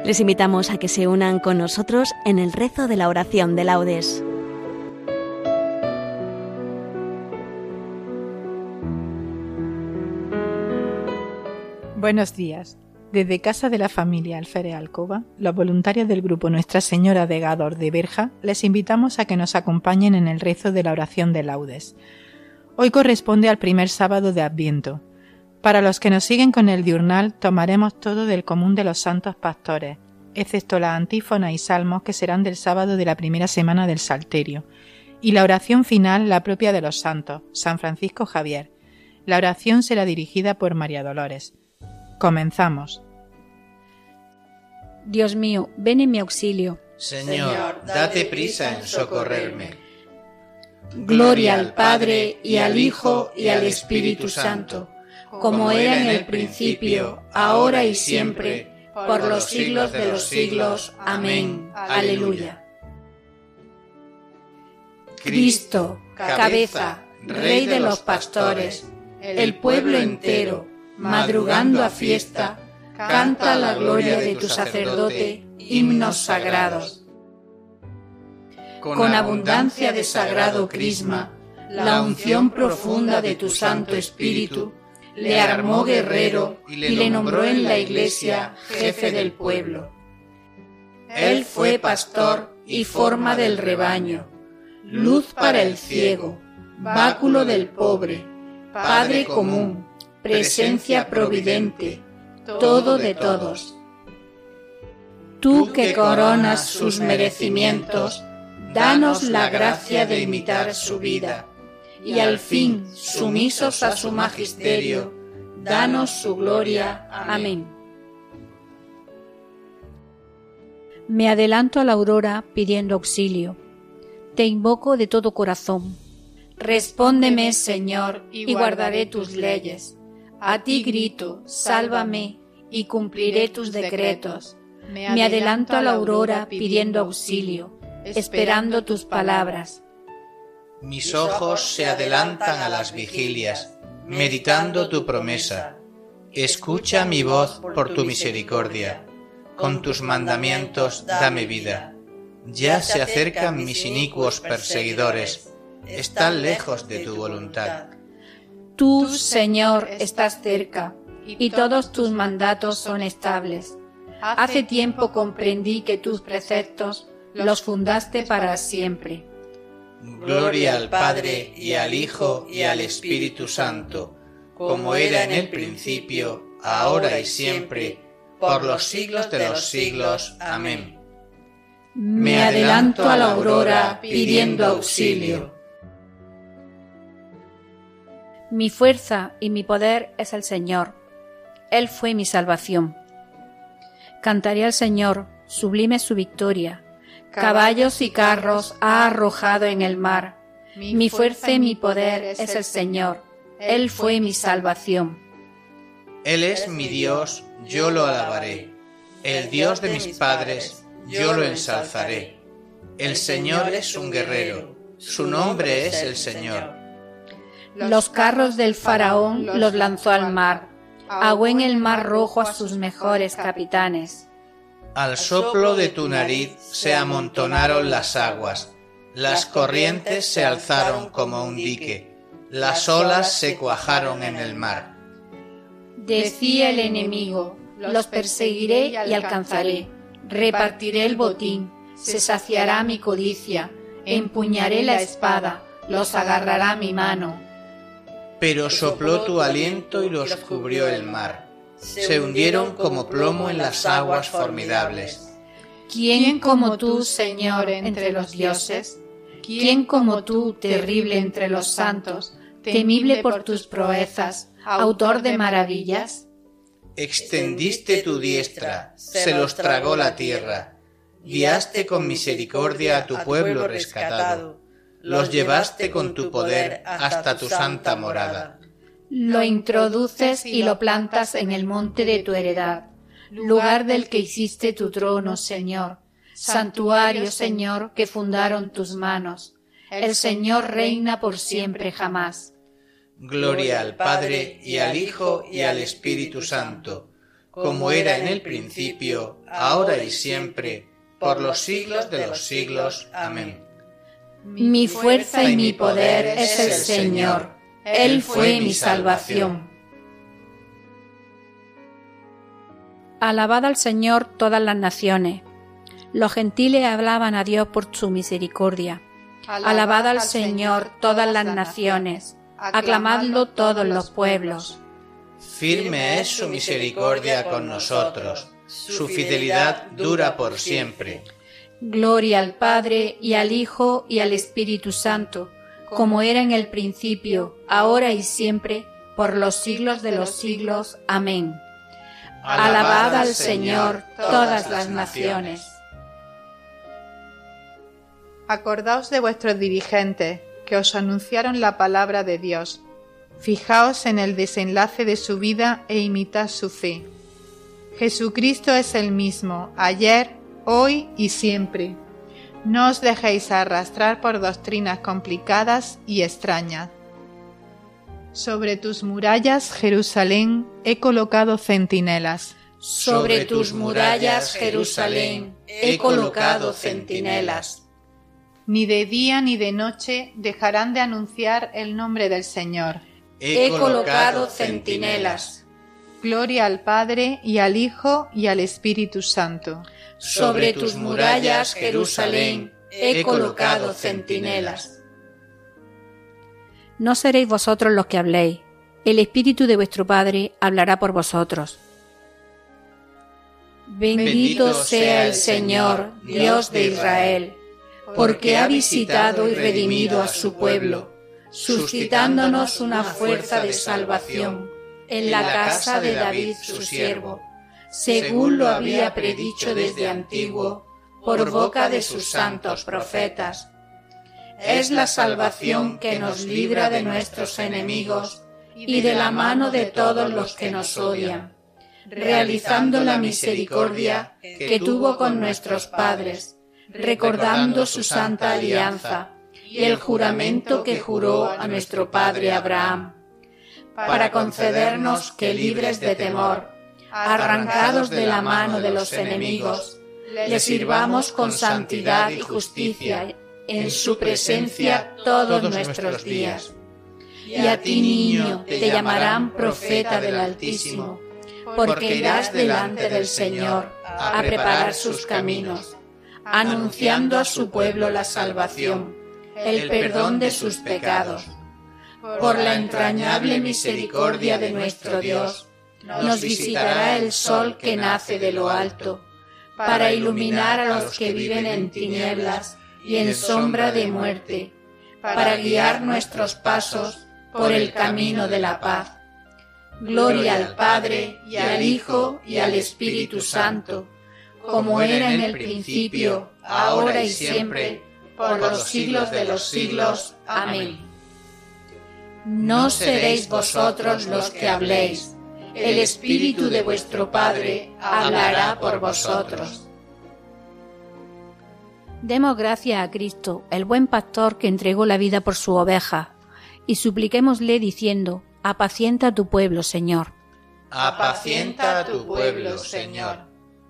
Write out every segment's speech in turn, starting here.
Les invitamos a que se unan con nosotros en el rezo de la oración de laudes. Buenos días. Desde Casa de la Familia Alférez Alcoba, los voluntarios del grupo Nuestra Señora de Gádor de Berja les invitamos a que nos acompañen en el rezo de la oración de laudes. Hoy corresponde al primer sábado de Adviento. Para los que nos siguen con el diurnal, tomaremos todo del común de los santos pastores, excepto las antífonas y salmos que serán del sábado de la primera semana del Salterio, y la oración final, la propia de los santos, San Francisco Javier. La oración será dirigida por María Dolores. Comenzamos. Dios mío, ven en mi auxilio. Señor, date prisa en socorrerme. Gloria al Padre, y al Hijo, y al Espíritu Santo, como era en el principio, ahora y siempre, por los siglos de los siglos. Amén. Aleluya. Cristo, cabeza, Rey de los pastores, el pueblo entero, madrugando a fiesta, canta la gloria de tu sacerdote, himnos sagrados. Con abundancia de sagrado crisma, la unción profunda de tu Santo Espíritu, le armó guerrero y le nombró en la Iglesia jefe del pueblo. Él fue pastor y forma del rebaño, luz para el ciego, báculo del pobre, Padre común, presencia providente, todo de todos. Tú que coronas sus merecimientos, danos la gracia de imitar su vida, y al fin, sumisos a su magisterio, danos su gloria. Amén. Me adelanto a la aurora pidiendo auxilio. Te invoco de todo corazón. Respóndeme, Señor, y guardaré tus leyes. A ti grito, sálvame, y cumpliré tus decretos. Me adelanto a la aurora pidiendo auxilio, esperando tus palabras. Mis ojos se adelantan a las vigilias, meditando tu promesa. Escucha mi voz por tu misericordia. Con tus mandamientos dame vida. Ya se acercan mis inicuos perseguidores. Están lejos de tu voluntad. Tú, Señor, estás cerca, y todos tus mandatos son estables. Hace tiempo comprendí que tus preceptos los fundaste para siempre. Gloria al Padre, y al Hijo, y al Espíritu Santo, como era en el principio, ahora y siempre, por los siglos de los siglos. Amén. Me adelanto a la aurora pidiendo auxilio. Mi fuerza y mi poder es el Señor. Él fue mi salvación. Cantaré al Señor, sublime su victoria. Caballos y carros ha arrojado en el mar. Mi fuerza y mi poder es el Señor. Él fue mi salvación. Él es mi Dios, yo lo alabaré. El Dios de mis padres, yo lo ensalzaré. El Señor es un guerrero, su nombre es el Señor. Los carros del faraón los lanzó al mar, ahogó en el mar rojo a sus mejores capitanes. Al soplo de tu nariz se amontonaron las aguas, las corrientes se alzaron como un dique, las olas se cuajaron en el mar. Decía el enemigo, los perseguiré y alcanzaré, repartiré el botín, se saciará mi codicia, empuñaré la espada, los agarrará mi mano. Pero sopló tu aliento y los cubrió el mar. Se hundieron como plomo en las aguas formidables. ¿Quién como tú, Señor, entre los dioses? ¿Quién como tú, terrible entre los santos, temible por tus proezas, autor de maravillas? Extendiste tu diestra, se los tragó la tierra. Guiaste con misericordia a tu pueblo rescatado. Los llevaste con tu poder hasta tu santa morada. Lo introduces y lo plantas en el monte de tu heredad, lugar del que hiciste tu trono, Señor, santuario, Señor, que fundaron tus manos. El Señor reina por siempre jamás. Gloria al Padre, y al Hijo, y al Espíritu Santo, como era en el principio, ahora y siempre, por los siglos de los siglos. Amén. Mi fuerza y mi poder es el Señor. Él fue mi salvación. Alabad al Señor todas las naciones. Los gentiles hablaban a Dios por su misericordia. Alabad al Señor todas las naciones. Aclamadlo todos los pueblos. Firme es su misericordia con nosotros. Su fidelidad dura por siempre. Gloria al Padre, y al Hijo, y al Espíritu Santo, como era en el principio, ahora y siempre, por los siglos de los siglos. Amén. Alabad al Señor todas las naciones. Acordaos de vuestros dirigentes, que os anunciaron la palabra de Dios. Fijaos en el desenlace de su vida e imitad su fe. Jesucristo es el mismo, ayer, hoy y siempre. No os dejéis arrastrar por doctrinas complicadas y extrañas. Sobre tus murallas, Jerusalén, he colocado centinelas. Sobre tus murallas, Jerusalén, he colocado centinelas. Ni de día ni de noche dejarán de anunciar el nombre del Señor. He colocado centinelas. Gloria al Padre, y al Hijo, y al Espíritu Santo. Sobre tus murallas, Jerusalén, he colocado centinelas. No seréis vosotros los que habléis, el Espíritu de vuestro Padre hablará por vosotros. Bendito sea el Señor, Dios de Israel, porque ha visitado y redimido a su pueblo, suscitándonos una fuerza de salvación en la casa de David su siervo, según lo había predicho desde antiguo, por boca de sus santos profetas. Es la salvación que nos libra de nuestros enemigos y de la mano de todos los que nos odian, realizando la misericordia que tuvo con nuestros padres, recordando su santa alianza y el juramento que juró a nuestro padre Abraham, para concedernos que, libres de temor, arrancados de la mano de los enemigos, le sirvamos con santidad y justicia en su presencia todos nuestros días. Y a ti, niño, te llamarán profeta del Altísimo, porque irás delante del Señor a preparar sus caminos, anunciando a su pueblo la salvación, el perdón de sus pecados. Por la entrañable misericordia de nuestro Dios, nos visitará el sol que nace de lo alto, para iluminar a los que viven en tinieblas y en sombra de muerte, para guiar nuestros pasos por el camino de la paz. Gloria al Padre, y al Hijo, y al Espíritu Santo, como era en el principio, ahora y siempre, por los siglos de los siglos. Amén. No seréis vosotros los que habléis, el Espíritu de vuestro Padre hablará por vosotros. Demos gracias a Cristo, el buen pastor que entregó la vida por su oveja, y supliquémosle diciendo: apacienta a tu pueblo, Señor. Apacienta a tu pueblo, Señor.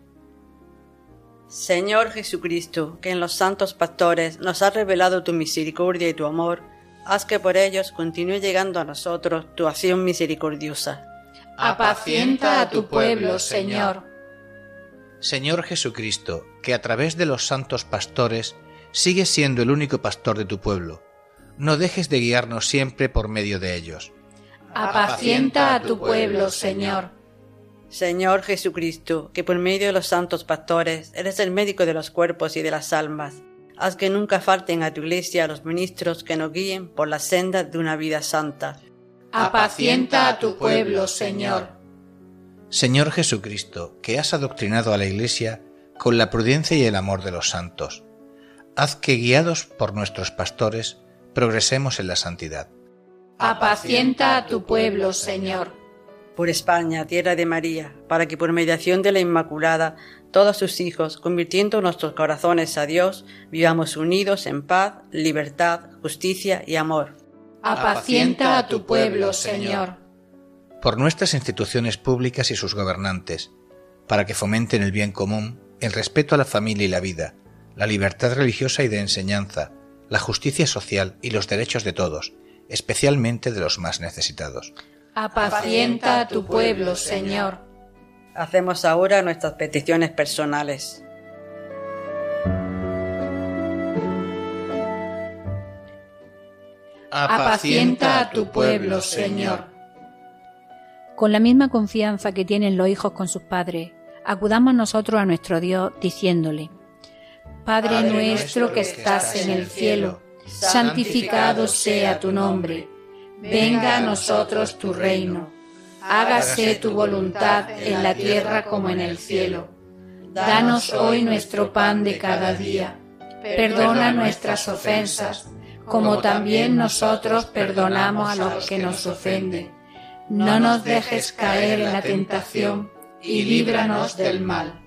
Señor Jesucristo, que en los santos pastores nos has revelado tu misericordia y tu amor, haz que por ellos continúe llegando a nosotros tu acción misericordiosa. Apacienta a tu pueblo, Señor. Señor Jesucristo, que a través de los santos pastores sigues siendo el único pastor de tu pueblo, no dejes de guiarnos siempre por medio de ellos. Apacienta a tu pueblo, Señor. Señor Jesucristo, que por medio de los santos pastores eres el médico de los cuerpos y de las almas, haz que nunca falten a tu iglesia los ministros que nos guíen por la senda de una vida santa. Apacienta a tu pueblo, Señor. Señor Jesucristo, que has adoctrinado a la Iglesia con la prudencia y el amor de los santos, haz que, guiados por nuestros pastores, progresemos en la santidad. Apacienta a tu pueblo, Señor. Por España, tierra de María, para que por mediación de la Inmaculada, todos sus hijos, convirtiendo nuestros corazones a Dios, vivamos unidos en paz, libertad, justicia y amor. Apacienta a tu pueblo, Señor. Por nuestras instituciones públicas y sus gobernantes, para que fomenten el bien común, el respeto a la familia y la vida, la libertad religiosa y de enseñanza, la justicia social y los derechos de todos, especialmente de los más necesitados. Apacienta a tu pueblo, Señor. Hacemos ahora nuestras peticiones personales. Apacienta a tu pueblo, Señor. Con la misma confianza que tienen los hijos con sus padres, acudamos nosotros a nuestro Dios diciéndole: Padre nuestro que estás en el cielo, santificado sea tu nombre. Venga a nosotros tu reino. Hágase tu voluntad en la tierra como en el cielo. Danos hoy nuestro pan de cada día. Perdona nuestras ofensas, como también nosotros perdonamos a los que nos ofenden. No nos dejes caer en la tentación y líbranos del mal.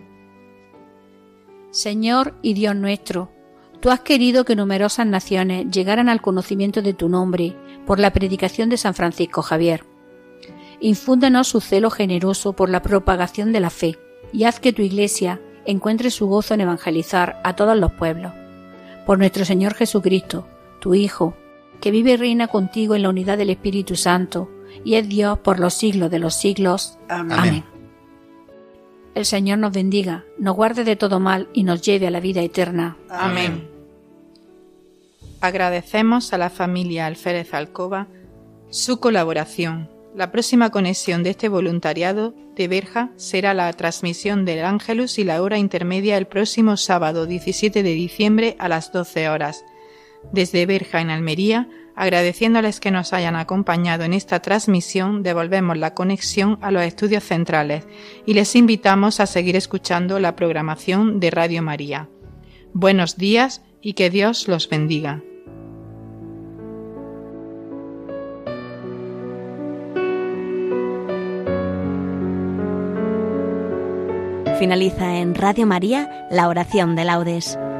Señor y Dios nuestro, tú has querido que numerosas naciones llegaran al conocimiento de tu nombre por la predicación de San Francisco Javier. Infúndenos su celo generoso por la propagación de la fe y haz que tu Iglesia encuentre su gozo en evangelizar a todos los pueblos. Por nuestro Señor Jesucristo, tu Hijo, que vive y reina contigo en la unidad del Espíritu Santo y es Dios por los siglos de los siglos. Amén. El Señor nos bendiga, nos guarde de todo mal y nos lleve a la vida eterna. Amén. Agradecemos a la familia Alférez Alcoba su colaboración. La próxima conexión de este voluntariado de Berja será la transmisión del Ángelus y la hora intermedia el próximo sábado 17 de diciembre a las 12 horas. Desde Berja en Almería, agradeciéndoles que nos hayan acompañado en esta transmisión, devolvemos la conexión a los estudios centrales y les invitamos a seguir escuchando la programación de Radio María. Buenos días y que Dios los bendiga. Finaliza en Radio María la oración de laudes.